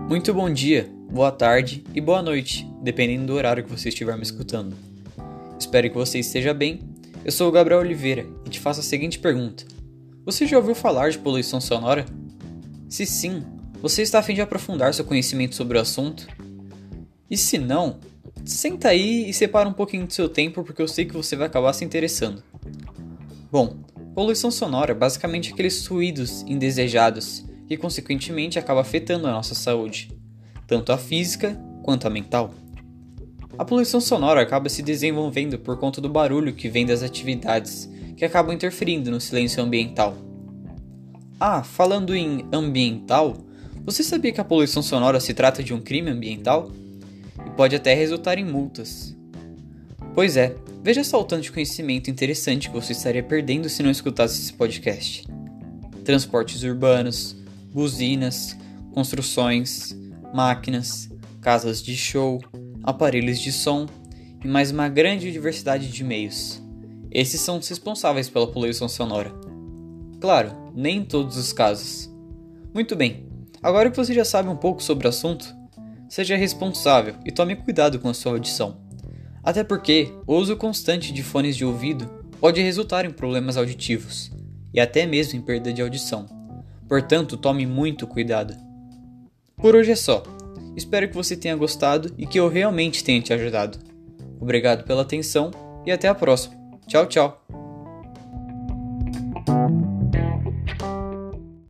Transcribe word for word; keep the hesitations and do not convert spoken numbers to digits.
Muito bom dia, boa tarde e boa noite, dependendo do horário que você estiver me escutando. Espero que você esteja bem. Eu sou o Gabriel Oliveira e te faço a seguinte pergunta. Você já ouviu falar de poluição sonora? Se sim, você está a fim de aprofundar seu conhecimento sobre o assunto? E se não, senta aí e separa um pouquinho do seu tempo porque eu sei que você vai acabar se interessando. Bom, poluição sonora é basicamente aqueles ruídos indesejados que consequentemente acaba afetando a nossa saúde, tanto a física quanto a mental. A poluição sonora acaba se desenvolvendo por conta do barulho que vem das atividades que acabam interferindo no silêncio ambiental. Ah, falando em ambiental, você sabia que a poluição sonora se trata de um crime ambiental? E pode até resultar em multas. Pois é, veja só o tanto de conhecimento interessante que você estaria perdendo se não escutasse esse podcast. Transportes urbanos, buzinas, construções, máquinas, casas de show, aparelhos de som e mais uma grande diversidade de meios. Esses são os responsáveis pela poluição sonora. Claro, nem em todos os casos. Muito bem, agora que você já sabe um pouco sobre o assunto, seja responsável e tome cuidado com a sua audição. Até porque o uso constante de fones de ouvido pode resultar em problemas auditivos e até mesmo em perda de audição. Portanto, tome muito cuidado. Por hoje é só. Espero que você tenha gostado e que eu realmente tenha te ajudado. Obrigado pela atenção e até a próxima. Tchau, tchau.